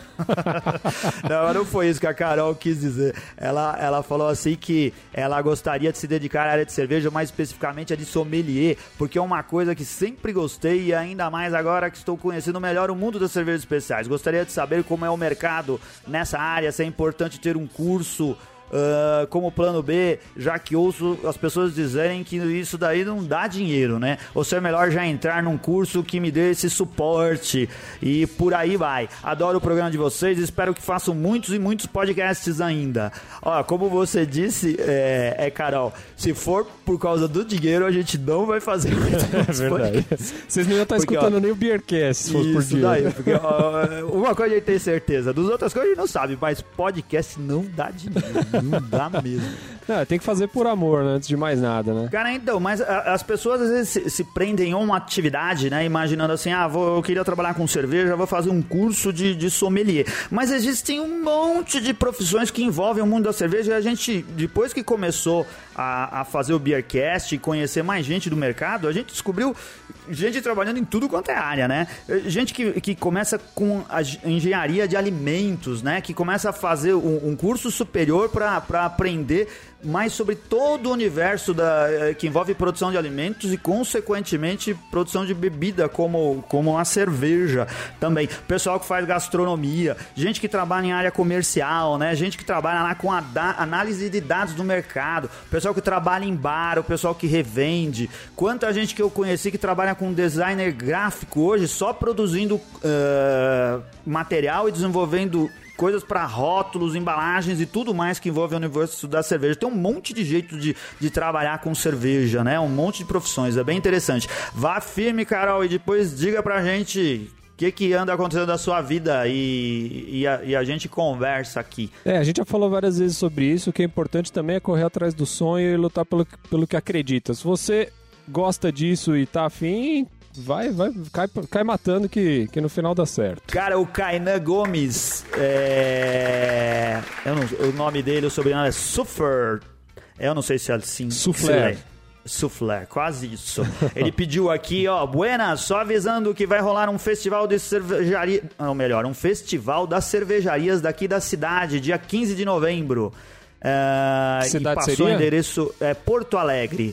Não foi isso que a Carol quis dizer. Ela falou assim que ela gostaria de se dedicar à área de cerveja, mais especificamente a de sommelier, porque é uma coisa que sempre gostei e ainda mais agora que estou conhecendo melhor o mundo das cervejas especiais. Gostaria de saber como é o mercado nessa área, se é importante ter um curso como plano B, já que ouço as pessoas dizerem que isso daí não dá dinheiro, né? Ou se é melhor já entrar num curso que me dê esse suporte e por aí vai. Adoro o programa de vocês, espero que façam muitos e muitos podcasts ainda. Ó, como você disse, Carol, se for por causa do dinheiro, a gente não vai fazer muito. É verdade. Vocês não iam estar escutando nem o Beercast se fosse por dinheiro. Daí, porque, uma coisa a gente tem certeza, das outras coisas a gente não sabe, mas podcast não dá dinheiro. Não dá mesmo. Tem que fazer por amor, né? Antes de mais nada, né? Cara, então, mas as pessoas às vezes se prendem a uma atividade, né? Imaginando assim, eu queria trabalhar com cerveja, vou fazer um curso de sommelier. Mas existem um monte de profissões que envolvem o mundo da cerveja e a gente, depois que começou a fazer o Beercast e conhecer mais gente do mercado, a gente descobriu gente trabalhando em tudo quanto é área, né? Gente que começa com a engenharia de alimentos, né? Que começa a fazer um curso superior para aprender mais sobre todo o universo que envolve produção de alimentos e, consequentemente, produção de bebida, como a cerveja também. Pessoal que faz gastronomia, gente que trabalha em área comercial, né? Gente que trabalha lá com a análise de dados do mercado, pessoal que trabalha em bar, o pessoal que revende. Quanta gente que eu conheci que trabalha com designer gráfico hoje, só produzindo material e desenvolvendo coisas para rótulos, embalagens e tudo mais que envolve o universo da cerveja. Tem um monte de jeito de trabalhar com cerveja, né? Um monte de profissões, é bem interessante. Vá firme, Carol, e depois diga pra gente o que anda acontecendo na sua vida e a gente conversa aqui. A gente já falou várias vezes sobre isso. O que é importante também é correr atrás do sonho e lutar pelo que acredita. Se você gosta disso e tá afim, cai matando que no final dá certo. Cara, o Kainan Gomes, o nome dele, o sobrenome é Suffer. Eu não sei se é assim. Soufflé, quase isso. Ele pediu aqui, buenas, só avisando que vai rolar um festival de cervejaria, um festival das cervejarias daqui da cidade, dia 15 de novembro. Que cidade e passou seria? O endereço Porto Alegre.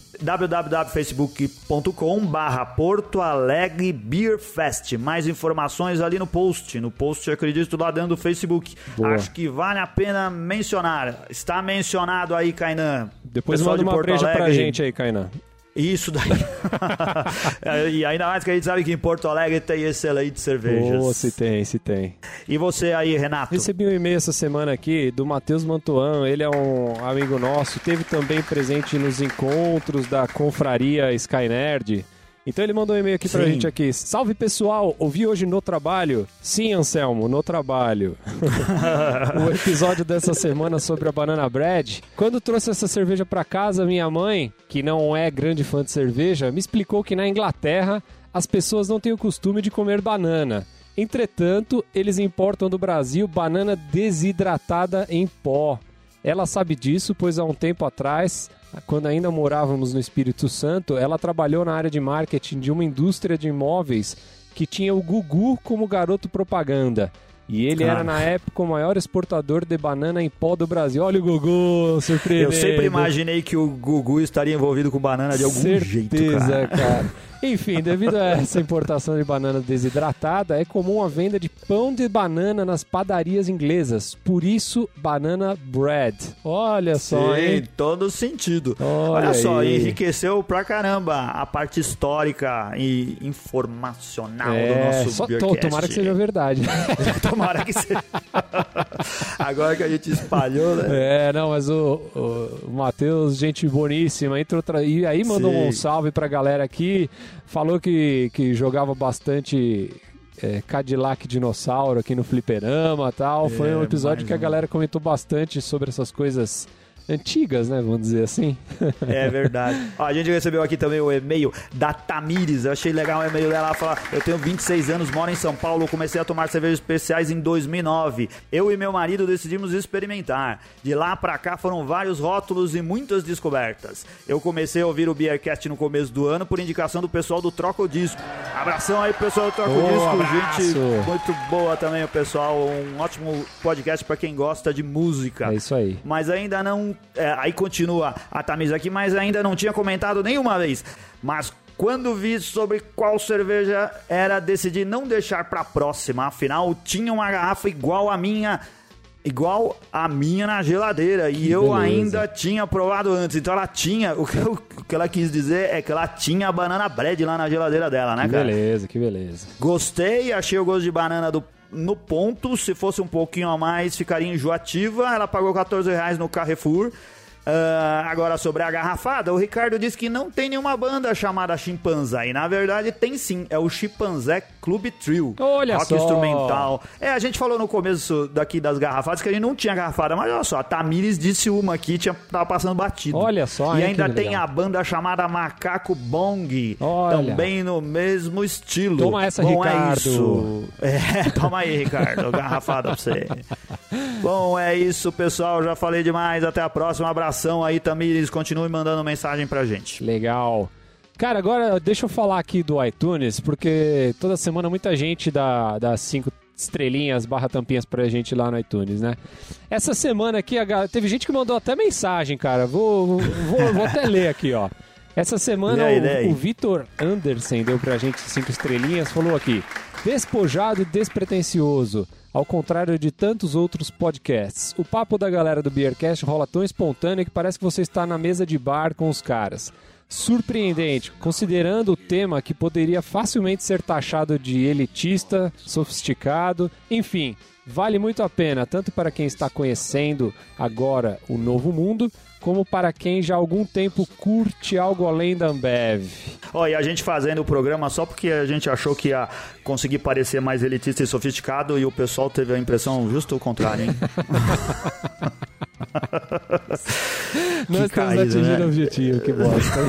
www.facebook.com/Porto Alegre Beer Fest. Mais informações ali no post. No post, acredito, lá dentro do Facebook. Boa. Acho que vale a pena mencionar. Está mencionado aí, Kainan. Depois manda uma breja pra gente aí, Kainan. Isso daí. E ainda mais que a gente sabe que em Porto Alegre tem excelentes cervejas. Se tem. E você aí, Renato? Recebi um e-mail essa semana aqui do Matheus Mantuan. Ele é um amigo nosso. Teve também presente nos encontros da Confraria Sky Nerd. Então ele mandou um e-mail aqui pra Sim. gente aqui. Salve pessoal, ouvi hoje no trabalho? Sim, Anselmo, no trabalho. O episódio dessa semana sobre a Banana Bread. Quando trouxe essa cerveja pra casa, minha mãe, que não é grande fã de cerveja, me explicou que na Inglaterra as pessoas não têm o costume de comer banana. Entretanto, eles importam do Brasil banana desidratada em pó. Ela sabe disso, pois há um tempo atrás, quando ainda morávamos no Espírito Santo, ela trabalhou na área de marketing de uma indústria de imóveis que tinha o Gugu como garoto propaganda. E ele era, na época, o maior exportador de banana em pó do Brasil. Olha o Gugu, surpreendendo. Eu sempre imaginei que o Gugu estaria envolvido com banana de algum jeito, cara. Enfim, devido a essa importação de banana desidratada, é comum a venda de pão de banana nas padarias inglesas. Por isso, banana bread. Olha só, hein? Sim, todo sentido. Olha Olha só, aí. enriqueceu pra caramba a parte histórica e informacional do nosso só Beercast. tomara que seja verdade. Tomara que seja. Agora que a gente espalhou, né? Não, mas o Matheus, gente boníssima, entrou e aí mandou Sim. um salve pra galera aqui, falou que jogava bastante Cadillac Dinossauro aqui no Fliperama e tal. Foi um episódio que a galera comentou bastante sobre essas coisas antigas, né? Vamos dizer assim. É verdade. Ó, a gente recebeu aqui também o e-mail da Tamires. Eu achei legal o e-mail dela. Ela fala: eu tenho 26 anos, moro em São Paulo, comecei a tomar cervejas especiais em 2009. Eu e meu marido decidimos experimentar. De lá pra cá foram vários rótulos e muitas descobertas. Eu comecei a ouvir o Beercast no começo do ano por indicação do pessoal do Troca o Disco. Abração aí, pessoal do Troca o Disco. Abraço. Gente muito boa também, o pessoal. Um ótimo podcast pra quem gosta de música. É isso aí. Mas ainda não... aí continua a Tamires aqui, mas ainda não tinha comentado nenhuma vez. Mas quando vi sobre qual cerveja era, decidi não deixar pra próxima. Afinal, tinha uma garrafa igual a minha na geladeira. E eu ainda tinha provado antes. Então ela tinha... O que ela quis dizer é que ela tinha a Banana Bread lá na geladeira dela, né, cara? Que beleza. Gostei, achei o gosto de banana no ponto. Se fosse um pouquinho a mais, ficaria enjoativa. Ela pagou R$14 no Carrefour. Agora, sobre a garrafada, o Ricardo disse que não tem nenhuma banda chamada Chimpanzé. E na verdade tem sim, é o Chimpanzé Club Trio. Olha rock só. instrumental. A gente falou no começo daqui das garrafadas que a gente não tinha garrafada, mas olha só, a Tamires disse uma aqui, tava passando batido. Olha só, e hein, ainda que tem legal. a banda chamada Macaco Bong, Olha. também no mesmo estilo. Toma essa, Bom, Ricardo. é isso. Toma aí, Ricardo, garrafada pra você. Bom, é isso, pessoal, já falei demais, até a próxima, abração aí, Tamires, continue mandando mensagem pra gente. Legal. Cara, agora deixa eu falar aqui do iTunes, porque toda semana muita gente dá 5 estrelinhas / tampinhas pra gente lá no iTunes, né? Essa semana aqui, teve gente que mandou até mensagem, cara. Vou até ler aqui, ó. Essa semana o Vitor Anderson deu pra gente 5 estrelinhas, falou aqui: despojado e despretensioso, ao contrário de tantos outros podcasts. O papo da galera do Beercast rola tão espontâneo que parece que você está na mesa de bar com os caras. Surpreendente, considerando o tema que poderia facilmente ser taxado de elitista, sofisticado, enfim, vale muito a pena, tanto para quem está conhecendo agora o novo mundo, como para quem já há algum tempo curte algo além da Ambev. E a gente fazendo o programa só porque a gente achou que ia conseguir parecer mais elitista e sofisticado, e o pessoal teve a impressão justo o contrário, hein? Nós estamos atingindo o objetivo, que bosta.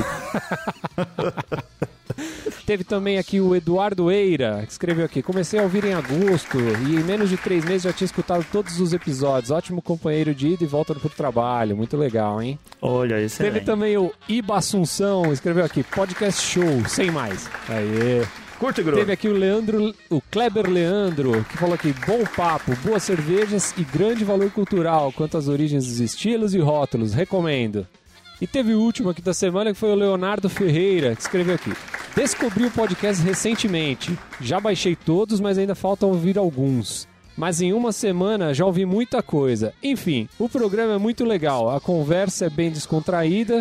Teve também aqui o Eduardo Eira, que escreveu aqui: comecei a ouvir em agosto e em menos de 3 meses já tinha escutado todos os episódios. Ótimo companheiro de ida e volta pro trabalho. Muito legal, hein? Olha, excelente. Teve também o Iba Assunção, escreveu aqui: podcast show, sem mais. Aê. Curto e grosso. Teve aqui o Kleber Leandro, que falou aqui: bom papo, boas cervejas e grande valor cultural quanto às origens dos estilos e rótulos. Recomendo. E teve o último aqui da semana, que foi o Leonardo Ferreira, que escreveu aqui: descobri o podcast recentemente. Já baixei todos, mas ainda faltam ouvir alguns. Mas em uma semana já ouvi muita coisa. Enfim, o programa é muito legal. A conversa é bem descontraída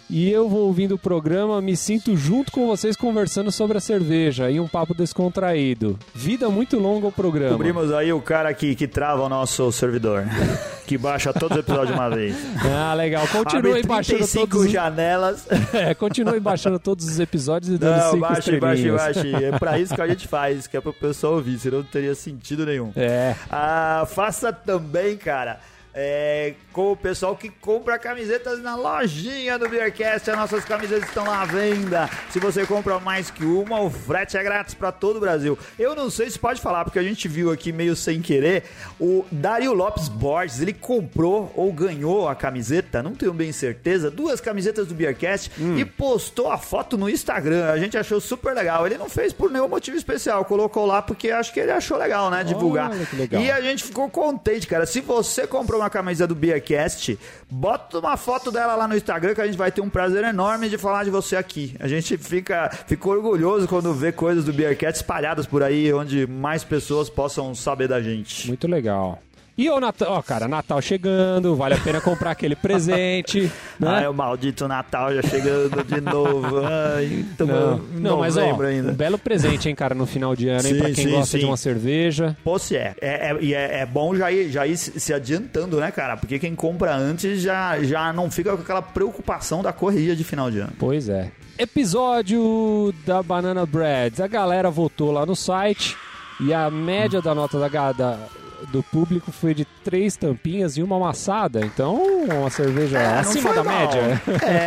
E eu vou ouvindo o programa, me sinto junto com vocês conversando sobre a cerveja e um papo descontraído. Vida muito longa o programa. Cobrimos aí o cara que trava o nosso servidor. Que baixa todos os episódios de uma vez. Ah, legal. Continue baixando todos janelas. Continue baixando todos os episódios e dando 5 estrelinhas. Baixe. É pra isso que a gente faz, que é pro pessoal ouvir, senão não teria sentido nenhum. Faça também, cara... com o pessoal que compra camisetas na lojinha do Beercast. As nossas camisetas estão à venda. Se você compra mais que uma, o frete é grátis para todo o Brasil. Eu não sei se pode falar, porque a gente viu aqui meio sem querer, o Dario Lopes Borges, ele comprou ou ganhou a camiseta, não tenho bem certeza, 2 camisetas do Beercast e postou a foto no Instagram. A gente achou super legal. Ele não fez por nenhum motivo especial, colocou lá porque acho que ele achou legal, né, divulgar. Olha que legal. E a gente ficou contente, cara. Se você comprou uma camisa do Beercast, bota uma foto dela lá no Instagram que a gente vai ter um prazer enorme de falar de você aqui. A gente fica orgulhoso quando vê coisas do Beercast espalhadas por aí, onde mais pessoas possam saber da gente. Muito legal. E o Natal, cara, Natal chegando, vale a pena comprar aquele presente, né? O maldito Natal já chegando de novo. Não, mas ainda. Um belo presente, hein, cara, no final de ano, hein, pra quem gosta de uma cerveja. Pô, se é bom já ir se adiantando, né, cara? Porque quem compra antes já não fica com aquela preocupação da correria de final de ano. Pois é. Episódio da Banana Breads. A galera votou lá no site e a média da nota do público foi de 3 tampinhas e uma amassada. Então, uma cerveja acima da média.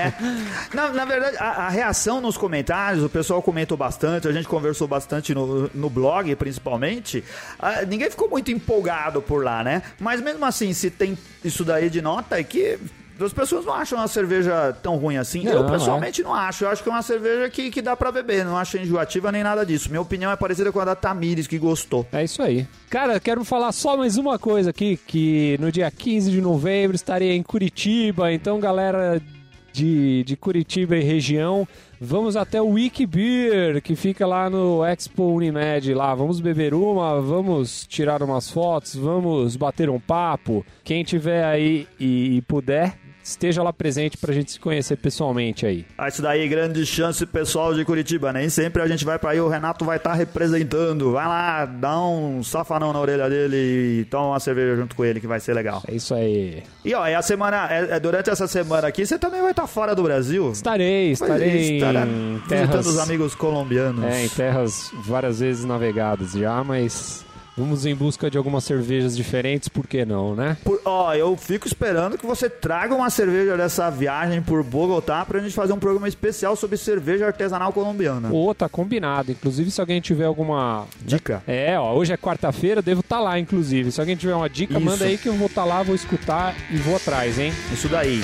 Na verdade, a reação nos comentários, o pessoal comentou bastante, a gente conversou bastante no blog, principalmente. Ninguém ficou muito empolgado por lá, né? Mas mesmo assim, se tem isso daí de nota, é que... as pessoas não acham uma cerveja tão ruim assim. Eu, pessoalmente, não acho. Eu acho que é uma cerveja que dá pra beber. Não acho enjoativa nem nada disso. Minha opinião é parecida com a da Tamires, que gostou. É isso aí. Cara, quero falar só mais uma coisa aqui, que no dia 15 de novembro estarei em Curitiba. Então, galera de Curitiba e região, vamos até o Wiki Beer, que fica lá no Expo Unimed. Lá, vamos beber vamos tirar umas fotos, vamos bater um papo. Quem tiver aí e puder, esteja lá presente pra gente se conhecer pessoalmente aí. Isso daí, grande chance, pessoal de Curitiba. Nem sempre a gente vai pra aí, o Renato vai estar representando. Vai lá, dá um safanão na orelha dele e toma uma cerveja junto com ele, que vai ser legal. É isso aí. E durante essa semana aqui, você também vai estar fora do Brasil? Estarei em visitando os amigos colombianos. Em terras várias vezes navegadas já, mas... vamos em busca de algumas cervejas diferentes, por que não, né? Eu fico esperando que você traga uma cerveja dessa viagem por Bogotá pra gente fazer um programa especial sobre cerveja artesanal colombiana. Tá combinado. Inclusive, se alguém tiver alguma... dica? Hoje é quarta-feira, devo estar lá, inclusive. Se alguém tiver uma dica, manda aí que eu vou estar lá, vou escutar e vou atrás, hein? Isso daí.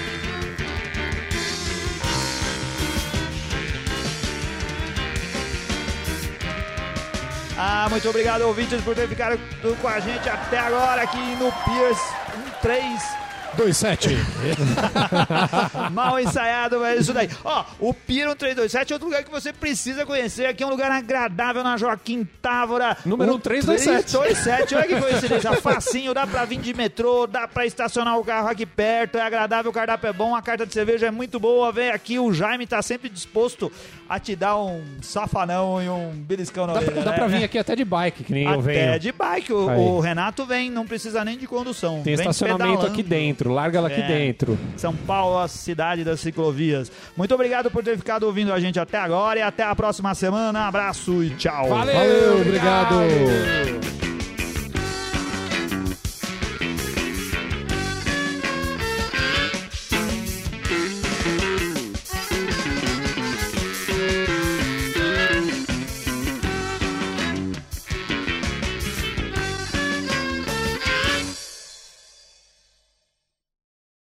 Muito obrigado, ouvintes, por ter ficado com a gente até agora aqui no Pierce 1327. Mal ensaiado, mas isso daí. O Pier 1327 é outro lugar que você precisa conhecer. Aqui é um lugar agradável na Joaquim Távora. Número 327. Olha que coincidência. Facinho, dá pra vir de metrô, dá pra estacionar o carro aqui perto. É agradável, o cardápio é bom, a carta de cerveja é muito boa. Vem aqui, o Jaime tá sempre disposto a te dar um safanão e um beliscão na orelha. Dá pra vir aqui até de bike, que nem eu venho. Até de bike. O Renato vem, não precisa nem de condução. Tem estacionamento aqui dentro. Larga ela aqui dentro. São Paulo, a cidade das ciclovias. Muito obrigado por ter ficado ouvindo a gente até agora e até a próxima semana. Abraço e tchau. Valeu, obrigado.